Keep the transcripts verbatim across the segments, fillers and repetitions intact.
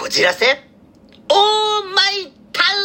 こじらせオーマイタウ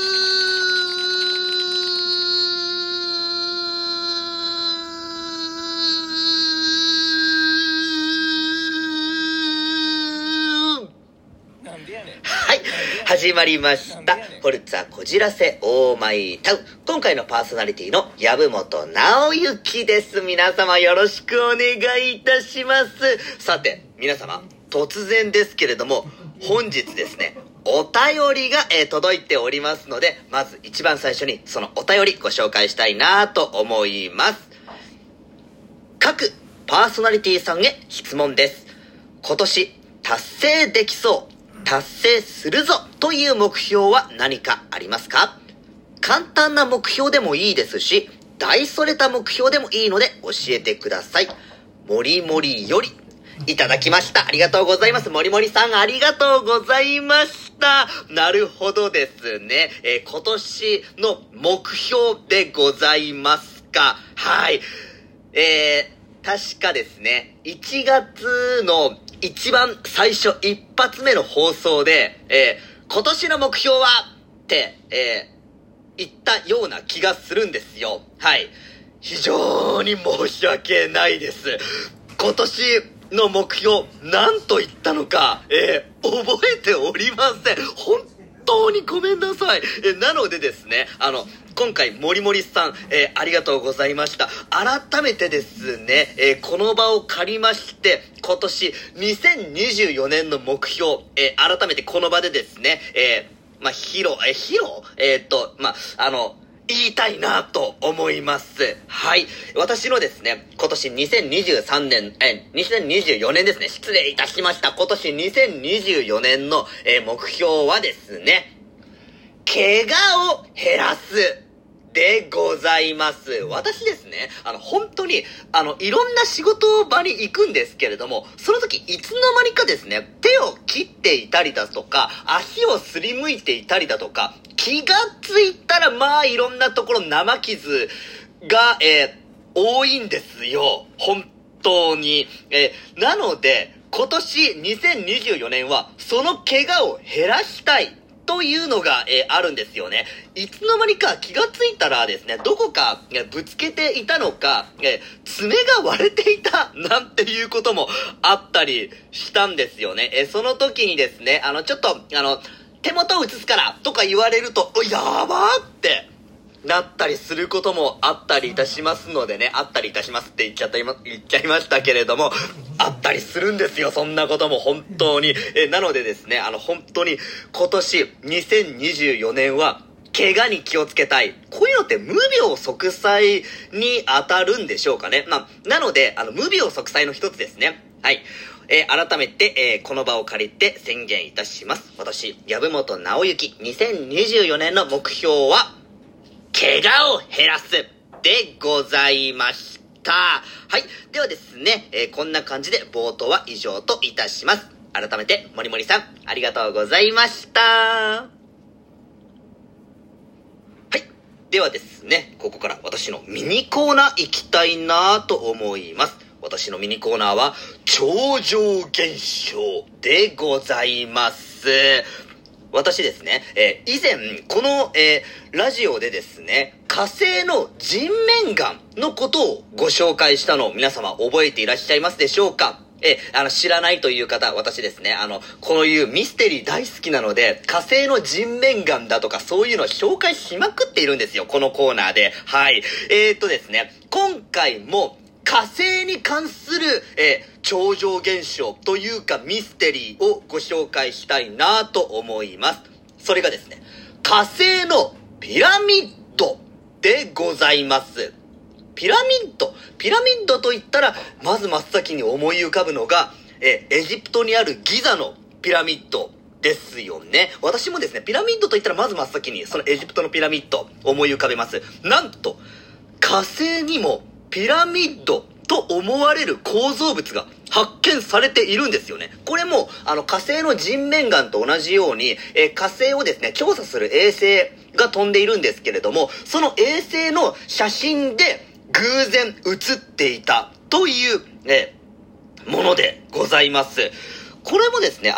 ン。はい、始まりましたフォルツァこじらせオーマイタウン。今回のパーソナリティの籔本直之です。皆様よろしくお願いいたします。さて皆様、突然ですけれども本日ですね、お便りが、えー、届いておりますので、まず一番最初にそのお便りご紹介したいなと思います。各パーソナリティさんへ質問です。今年達成できそう、達成するぞという目標は何かありますか？簡単な目標でもいいですし、大それた目標でもいいので教えてください。もりもりよりいただきました。ありがとうございます。もりもりさん、ありがとうございました。なるほどですね。えー、今年の目標でございますか。はい。えー、確かですね、いちがつの一番最初一発目の放送で、えー、今年の目標はって、えー、言ったような気がするんですよ。はい。非常に申し訳ないです。今年の目標、何と言ったのか、えー、覚えておりません。本当にごめんなさい。えー、なのでですね、あの、今回、もりもりさん、えー、ありがとうございました。改めてですね、えー、この場を借りまして、今年、にせんにじゅうよねんの目標、えー、改めてこの場でですね、えー、まあ、披露、えー、披露えー、っと、まあ、あの、言いたいなと思います。はい。私のですね、今年にせんにじゅうさんねん、え、にせんにじゅうよねんですね。失礼いたしました。今年にせんにじゅうよねんの、えー、目標はですね、怪我を減らすでございます。私ですね、あの、本当に、あの、いろんな仕事場に行くんですけれども、その時、いつの間にかですね、手を切っていたりだとか、足をすりむいていたりだとか、気がついたら、まあ、いろんなところ生傷が、えー、多いんですよ。本当に。えー、なので、今年にせんにじゅうよねんは、その怪我を減らしたい。というのが、えー、あるんですよね。いつの間にか気がついたらですね、どこか、えー、ぶつけていたのか、えー、爪が割れていたなんていうこともあったりしたんですよね。えー、その時にですね、あの、ちょっと、あの、手元を映すからとか言われると、やばーってなったりすることもあったりいたしますのでね、あったりいたしますって言っちゃった、今、言っちゃいましたけれども、あったりするんですよ、そんなことも本当に。え、なのでですね、あの、本当に今年にせんにじゅうよねんは、怪我に気をつけたい。こういうのって無病息災に当たるんでしょうかね。まあ、なので、あの、無病息災の一つですね。はい。えー、改めて、えー、この場を借りて宣言いたします。私、籔本直之、にせんにじゅうよねんの目標は、怪我を減らすでございました。はい。ではですね、えー、こんな感じで冒頭は以上といたします。改めて、もりもりさん、ありがとうございました。はい。ではですね、ここから私のミニコーナー行きたいなと思います。私のミニコーナーは、超常現象でございます。私ですね、えー、以前、この、えー、ラジオでですね、火星の人面岩のことをご紹介したのを皆様覚えていらっしゃいますでしょうか？えー、あの、知らないという方、私ですね、あの、こういうミステリー大好きなので、火星の人面岩だとかそういうのを紹介しまくっているんですよ、このコーナーで。はい。えー、っとですね、今回も、火星に関する、えー、超常現象というかミステリーをご紹介したいなと思います。それがですね、火星のピラミッドでございます。ピラミッドピラミッドと言ったら、まず真っ先に思い浮かぶのが、えー、エジプトにあるギザのピラミッドですよね。私もですね、ピラミッドと言ったらまず真っ先にそのエジプトのピラミッド思い浮かべます。なんと、火星にもピラミッドと思われる構造物が発見されているんですよね。これもあの火星の人面岩と同じように、えー、火星をですね調査する衛星が飛んでいるんですけれども、その衛星の写真で偶然写っていたという、えー、ものでございます。これもですね、あの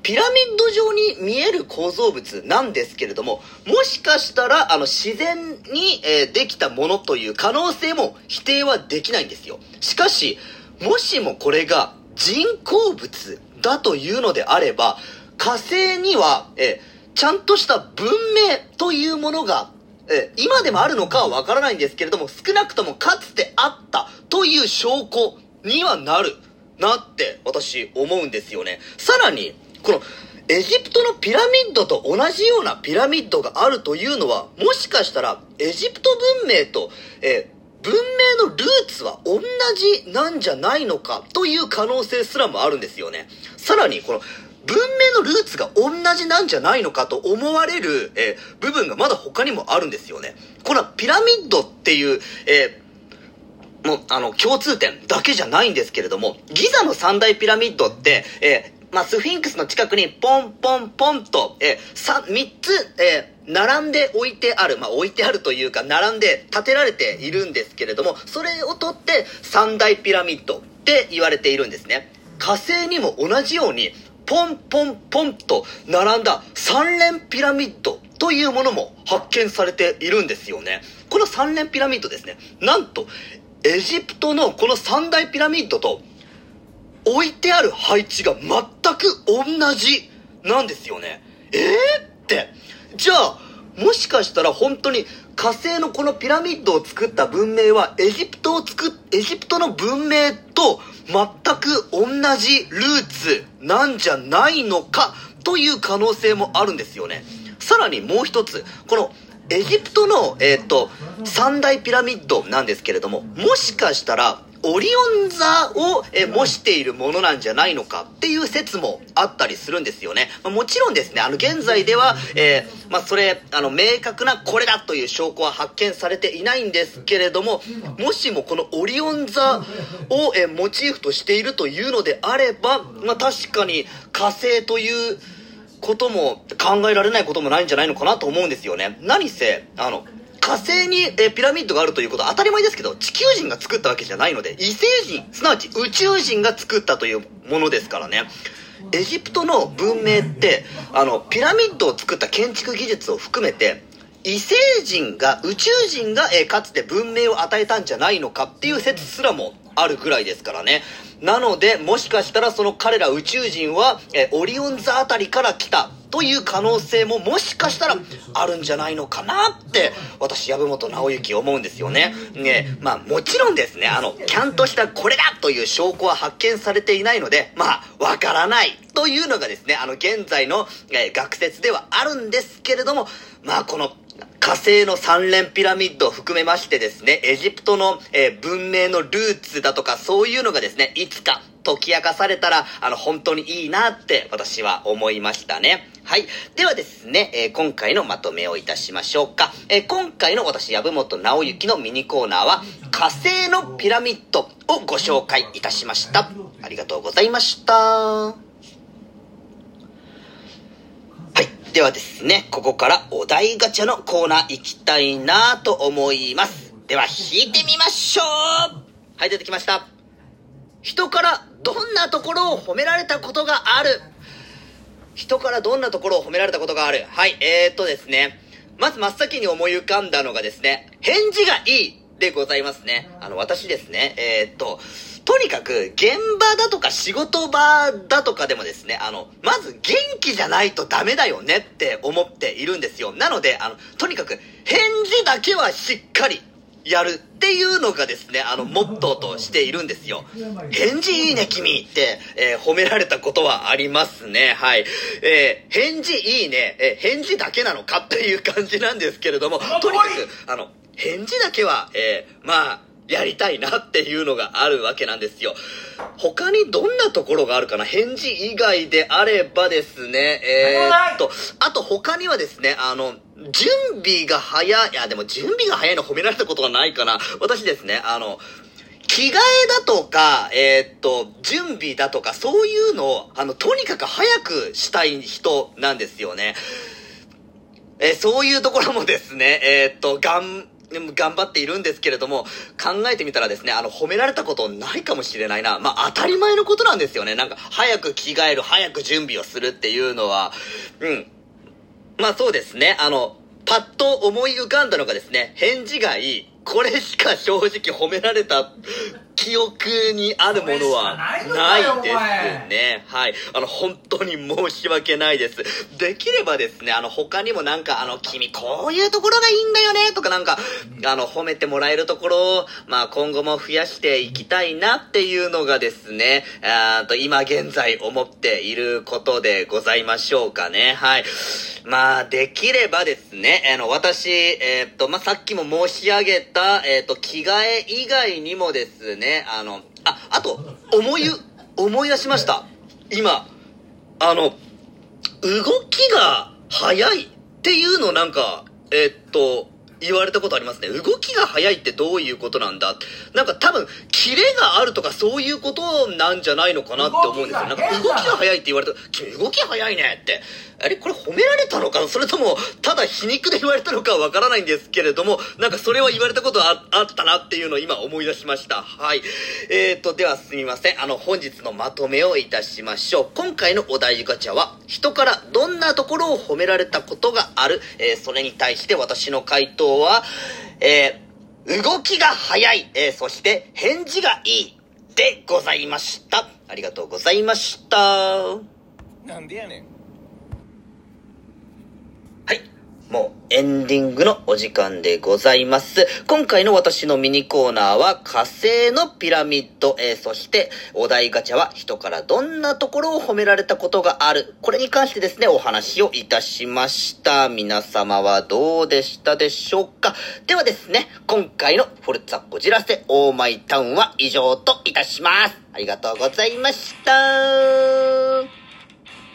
ピラミッド状に見える構造物なんですけれども、もしかしたら、あの、自然に、えー、できたものという可能性も否定はできないんですよ。しかし、もしもこれが人工物だというのであれば、火星には、えー、ちゃんとした文明というものが、えー、今でもあるのかはわからないんですけれども、少なくともかつてあったという証拠にはなるなって私思うんですよね。さらに、このエジプトのピラミッドと同じようなピラミッドがあるというのは、もしかしたらエジプト文明と、えー文明のルーツは同じなんじゃないのかという可能性すらもあるんですよね。さらにこの文明のルーツが同じなんじゃないのかと思われる、えー、部分がまだ他にもあるんですよね。このピラミッドっていう、えー、もうあの共通点だけじゃないんですけれども、ギザの三大ピラミッドって、えーまあ、スフィンクスの近くにポンポンポンと、えー、さみっつ、えー、並んで置いてある、まあ、置いてあるというか並んで建てられているんですけれども、それを取って三大ピラミッドって言われているんですね。火星にも同じようにポンポンポンと並んだ三連ピラミッドというものも発見されているんですよね。この三連ピラミッドですね、なんとエジプトのこの三大ピラミッドと置いてある配置が全く同じなんですよね。えーってじゃあもしかしたら本当に火星のこのピラミッドを作った文明はエジプトを作っエジプトの文明と全く同じルーツなんじゃないのかという可能性もあるんですよね。さらにもう一つ、このエジプトの、えー、と三大ピラミッドなんですけれども、もしかしたらオリオン座をえ模しているものなんじゃないのかっていう説もあったりするんですよね。まあ、もちろんですね、あの現在では、えー、まあそれあの明確なこれだという証拠は発見されていないんですけれども、もしもこのオリオン座をえモチーフとしているというのであれば、まあ確かに火星ということも考えられないこともないんじゃないのかなと思うんですよね。何せあの火星にえピラミッドがあるということは当たり前ですけど、地球人が作ったわけじゃないので、異星人すなわち宇宙人が作ったというものですからね。エジプトの文明ってあのピラミッドを作った建築技術を含めて異星人が宇宙人がえかつて文明を与えたんじゃないのかっていう説すらもあるぐらいですからね。なのでもしかしたらその彼ら宇宙人はえオリオン座あたりから来たという可能性ももしかしたらあるんじゃないのかなって私籔本直之思うんですよね。ね、まあもちろんですね、あのちゃんとしたこれだという証拠は発見されていないので、まあわからないというのがですね、あの現在の、えー、学説ではあるんですけれども、まあこの火星の三連ピラミッドを含めましてですね、エジプトの、えー、文明のルーツだとかそういうのがですね、いつか解き明かされたらあの本当にいいなって私は思いましたね。はい。ではですね、えー、今回のまとめをいたしましょうか。えー、今回の私籔本直之のミニコーナーは火星のピラミッドをご紹介いたしました。ありがとうございました。はい。ではですね、ここからお題ガチャのコーナー行きたいなと思います。では引いてみましょう。はい、出てきました。人からどんなところを褒められたことがある。人からどんなところを褒められたことがある。はい、えーっとですね、まず真っ先に思い浮かんだのがですね、返事がいいでございますね。あの私ですね、えーっととにかく現場だとか仕事場だとかでもですね、あのまず元気じゃないとダメだよねって思っているんですよ。なのであのとにかく返事だけはしっかりやるっていうのがですね、あのモットーとしているんですよ。返事いいね君って、えー、褒められたことはありますね。はい、えー、返事いいね、えー、返事だけなのかっていう感じなんですけれども、とにかくあの返事だけは、えー、まあやりたいなっていうのがあるわけなんですよ。他にどんなところがあるかな。返事以外であればですね、えー、っとあと他にはですね、あの準備が早い、いやでも準備が早いの褒められたことはないかな。私ですね、あの着替えだとか、えー、っと準備だとかそういうのをあのとにかく早くしたい人なんですよね。えー、そういうところもですね、えー、っとがん頑張っているんですけれども、考えてみたらですね、あの、褒められたことないかもしれないな。まあ、当たり前のことなんですよね。なんか、早く着替える、早く準備をするっていうのは、うん。まあ、そうですね。あの、パッと思い浮かんだのがですね、返事がいい。これしか正直褒められた記憶にあるものはないですね。はい。あの、本当に申し訳ないです。できればですね、あの、他にもなんか、あの、君こういうところがいいんだよね、とかなんか、あの、褒めてもらえるところを、まあ、今後も増やしていきたいなっていうのがですね、あと、今現在思っていることでございましょうかね。はい。まあ、できればですね、あの、私、えー、っと、まあ、さっきも申し上げた、えー、っと、着替え以外にもですね、あの、あ、あと、思い、思い出しました。今、あの、動きが速いっていうのなんか、えー、っと、言われたことありますね。動きが速いってどういうことなんだ？なんか多分、キレがあるとかそういうことなんじゃないのかなって思うんですよ。なんか動きが速いって言われた、君動き速いねって。あれこれ褒められたのかな、それとも、ただ皮肉で言われたのかわからないんですけれども、なんかそれは言われたことああったなっていうのを今思い出しました。はい。えーと、ではすみません。あの、本日のまとめをいたしましょう。今回のお題ガチャは、人からどんなところを褒められたことがある？えー、それに対して私の回答は、えー、動きが速い、えー、そして返事がいいでございました。ありがとうございました。なんでやねん。はい。もうエンディングのお時間でございます。今回の私のミニコーナーは火星のピラミッド、えー、そしてお題ガチャは人からどんなところを褒められたことがある。これに関してですね、お話をいたしました。皆様はどうでしたでしょうか？ではですね、今回のフォルツァこじらせオーマイタウンは以上といたします。ありがとうございました。